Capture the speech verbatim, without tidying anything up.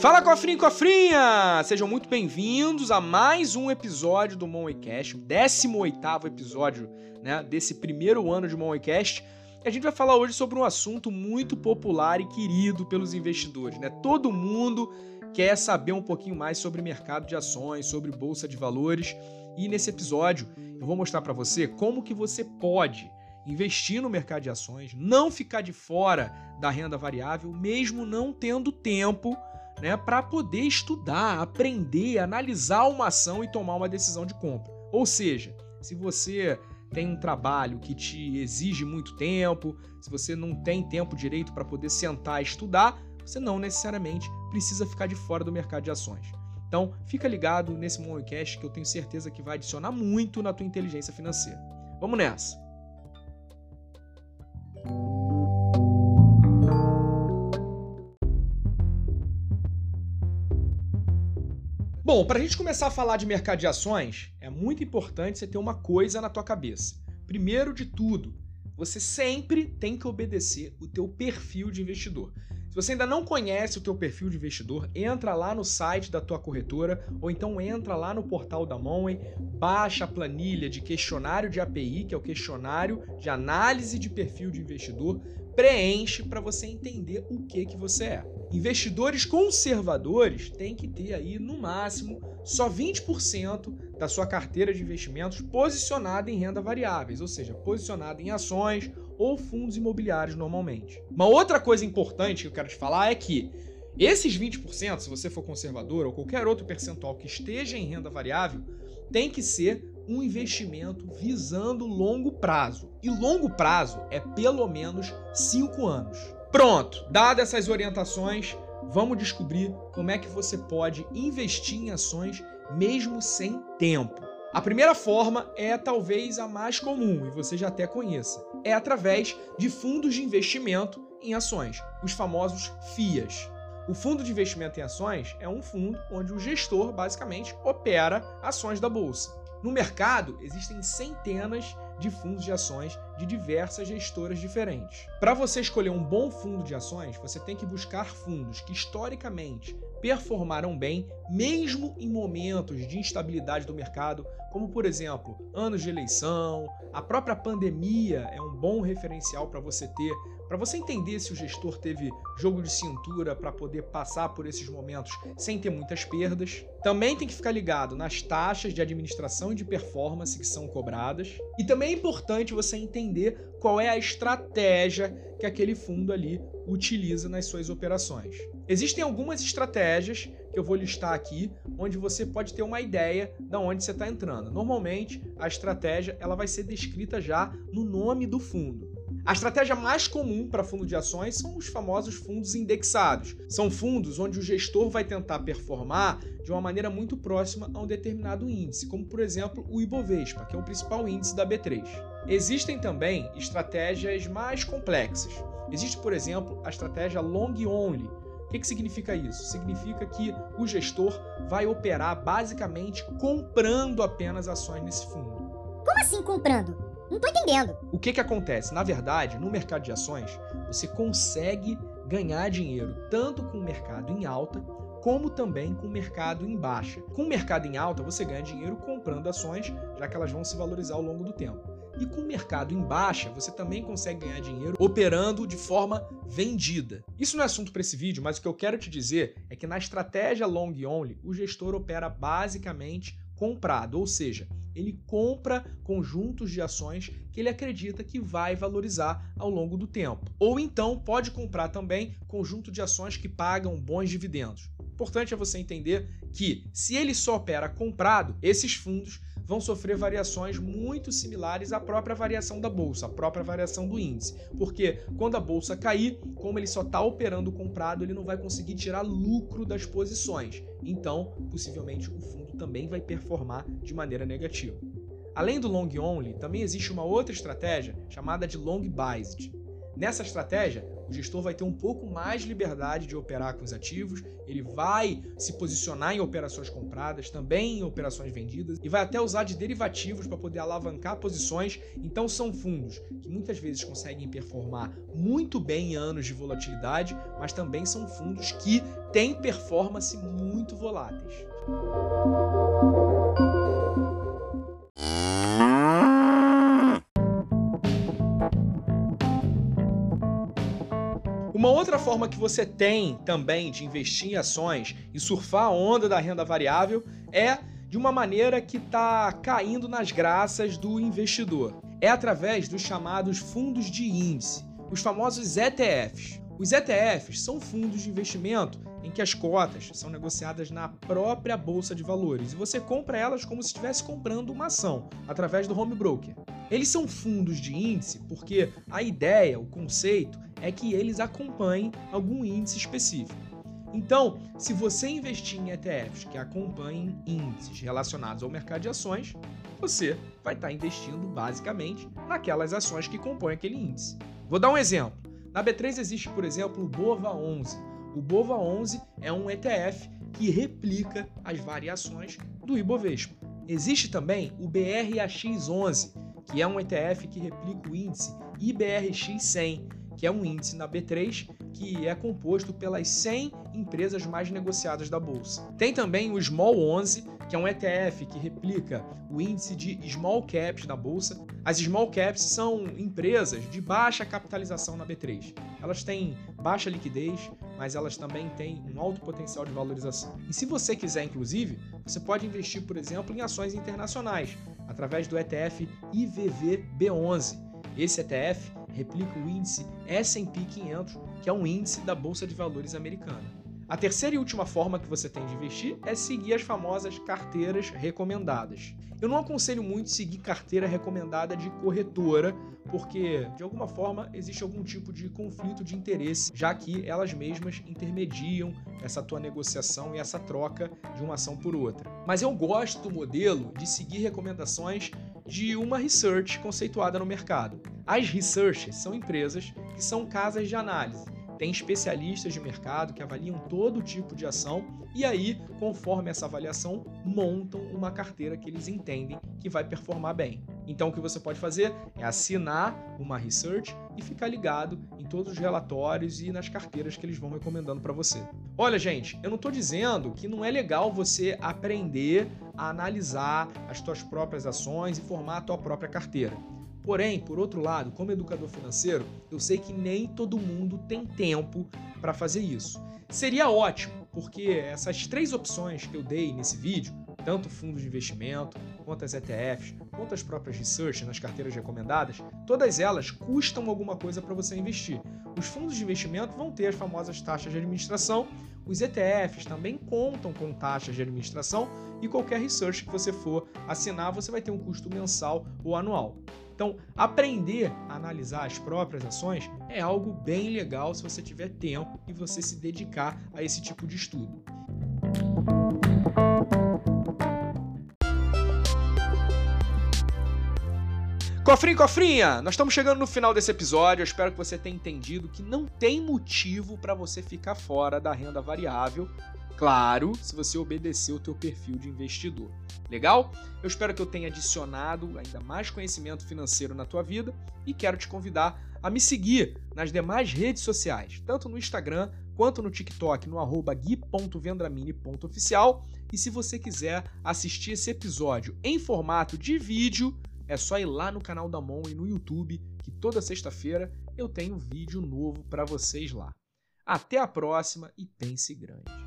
Fala, cofrinho e cofrinha! Sejam muito bem-vindos a mais um episódio do Moneycast, o décimo oitavo episódio, né, desse primeiro ano de Moneycast. E a gente vai falar hoje sobre um assunto muito popular e querido pelos investidores, né? Todo mundo quer saber um pouquinho mais sobre mercado de ações, sobre bolsa de valores. E nesse episódio eu vou mostrar para você como que você pode investir no mercado de ações, não ficar de fora da renda variável, mesmo não tendo tempo, né, para poder estudar, aprender, analisar uma ação e tomar uma decisão de compra. Ou seja, se você tem um trabalho que te exige muito tempo, se você não tem tempo direito para poder sentar e estudar, você não necessariamente precisa ficar de fora do mercado de ações. Então, fica ligado nesse Moneycast que eu tenho certeza que vai adicionar muito na tua inteligência financeira. Vamos nessa! Bom, para a gente começar a falar de mercado de ações, é muito importante você ter uma coisa na tua cabeça. Primeiro de tudo, você sempre tem que obedecer o teu perfil de investidor. Se você ainda não conhece o teu perfil de investidor, entra lá no site da tua corretora ou então entra lá no portal da Money, baixa a planilha de questionário de A P I, que é o questionário de análise de perfil de investidor, preenche para você entender o que que você é. Investidores conservadores têm que ter aí, no máximo, só vinte por cento da sua carteira de investimentos posicionada em renda variáveis, ou seja, posicionada em ações ou fundos imobiliários normalmente. Uma outra coisa importante que eu quero te falar é que esses vinte por cento, se você for conservador ou qualquer outro percentual que esteja em renda variável, tem que ser um investimento visando longo prazo. E longo prazo é pelo menos cinco anos. Pronto, dadas essas orientações, vamos descobrir como é que você pode investir em ações mesmo sem tempo. A primeira forma é talvez a mais comum, e você já até conheça. É através de fundos de investimento em ações, os famosos F I As. O fundo de investimento em ações é um fundo onde o gestor basicamente opera ações da bolsa. No mercado, existem centenas de fundos de ações de diversas gestoras diferentes. Para você escolher um bom fundo de ações, você tem que buscar fundos que historicamente performaram bem, mesmo em momentos de instabilidade do mercado, como por exemplo, anos de eleição, a própria pandemia é um bom referencial para você ter, para você entender se o gestor teve jogo de cintura para poder passar por esses momentos sem ter muitas perdas. Também tem que ficar ligado nas taxas de administração e de performance que são cobradas. E também é importante você entender qual é a estratégia que aquele fundo ali utiliza nas suas operações. Existem algumas estratégias que eu vou listar aqui, onde você pode ter uma ideia de onde você está entrando. Normalmente, a estratégia ela vai ser descrita já no nome do fundo. A estratégia mais comum para fundo de ações são os famosos fundos indexados. São fundos onde o gestor vai tentar performar de uma maneira muito próxima a um determinado índice, como por exemplo o Ibovespa, que é o principal índice da B três. Existem também estratégias mais complexas. Existe, por exemplo, a estratégia long only. O que que significa isso? Significa que o gestor vai operar basicamente comprando apenas ações nesse fundo. Como assim comprando? Não tô entendendo. O que que acontece? Na verdade, no mercado de ações, você consegue ganhar dinheiro tanto com o mercado em alta, como também com o mercado em baixa. Com o mercado em alta, você ganha dinheiro comprando ações, já que elas vão se valorizar ao longo do tempo. E com o mercado em baixa, você também consegue ganhar dinheiro operando de forma vendida. Isso não é assunto para esse vídeo, mas o que eu quero te dizer é que na estratégia long only, o gestor opera basicamente comprado, ou seja, ele compra conjuntos de ações que ele acredita que vai valorizar ao longo do tempo. Ou então pode comprar também conjunto de ações que pagam bons dividendos. O importante é você entender que, se ele só opera comprado, esses fundos vão sofrer variações muito similares à própria variação da bolsa, à própria variação do índice. Porque quando a bolsa cair, como ele só está operando comprado, ele não vai conseguir tirar lucro das posições. Então, possivelmente, o fundo também vai performar de maneira negativa. Além do long only, também existe uma outra estratégia chamada de long biased. Nessa estratégia, o gestor vai ter um pouco mais de liberdade de operar com os ativos, ele vai se posicionar em operações compradas, também em operações vendidas, e vai até usar de derivativos para poder alavancar posições. Então são fundos que muitas vezes conseguem performar muito bem em anos de volatilidade, mas também são fundos que têm performance muito voláteis. Uma outra forma que você tem também de investir em ações e surfar a onda da renda variável é de uma maneira que está caindo nas graças do investidor. É através dos chamados fundos de índice, os famosos E T Fs. Os E T Fs são fundos de investimento em que as cotas são negociadas na própria bolsa de valores e você compra elas como se estivesse comprando uma ação, através do home broker. Eles são fundos de índice porque a ideia, o conceito, é que eles acompanhem algum índice específico. Então, se você investir em E T Fs que acompanhem índices relacionados ao mercado de ações, você vai estar investindo basicamente naquelas ações que compõem aquele índice. Vou dar um exemplo. Na B três existe, por exemplo, o BOVA onze. O BOVA onze é um E T F que replica as variações do Ibovespa. Existe também o B R A X onze, que é um E T F que replica o índice I B R X cem, que é um índice na B três que é composto pelas cem empresas mais negociadas da bolsa. Tem também o Small onze, que é um E T F que replica o índice de Small Caps da bolsa. As Small Caps são empresas de baixa capitalização na B três. Elas têm baixa liquidez, mas elas também têm um alto potencial de valorização. E se você quiser, inclusive, você pode investir, por exemplo, em ações internacionais, através do E T F I V V B onze. Esse E T F replica o índice S and P quinhentos, que é um índice da Bolsa de Valores americana. A terceira e última forma que você tem de investir é seguir as famosas carteiras recomendadas. Eu não aconselho muito seguir carteira recomendada de corretora, porque, de alguma forma, existe algum tipo de conflito de interesse, já que elas mesmas intermediam essa tua negociação e essa troca de uma ação por outra. Mas eu gosto do modelo de seguir recomendações de uma research conceituada no mercado. As researches são empresas que são casas de análise. Tem especialistas de mercado que avaliam todo tipo de ação e aí, conforme essa avaliação, montam uma carteira que eles entendem que vai performar bem. Então o que você pode fazer é assinar uma research e ficar ligado em todos os relatórios e nas carteiras que eles vão recomendando para você. Olha, gente, eu não estou dizendo que não é legal você aprender a analisar as suas próprias ações e formar a tua própria carteira. Porém, por outro lado, como educador financeiro, eu sei que nem todo mundo tem tempo para fazer isso. Seria ótimo, porque essas três opções que eu dei nesse vídeo, tanto fundos de investimento, quanto as E T Fs, quanto as próprias research nas carteiras recomendadas, todas elas custam alguma coisa para você investir. Os fundos de investimento vão ter as famosas taxas de administração, os E T Fs também contam com taxas de administração e qualquer research que você for assinar, você vai ter um custo mensal ou anual. Então, aprender a analisar as próprias ações é algo bem legal se você tiver tempo e você se dedicar a esse tipo de estudo. Cofrinho, cofrinha! Nós estamos chegando no final desse episódio. Eu espero que você tenha entendido que não tem motivo para você ficar fora da renda variável. Claro, se você obedecer o teu perfil de investidor. Legal? Eu espero que eu tenha adicionado ainda mais conhecimento financeiro na tua vida e quero te convidar a me seguir nas demais redes sociais, tanto no Instagram quanto no TikTok, no arroba gui ponto vendramini ponto oficial. E se você quiser assistir esse episódio em formato de vídeo, é só ir lá no canal da Mon e no YouTube, que toda sexta-feira eu tenho vídeo novo para vocês lá. Até a próxima e pense grande.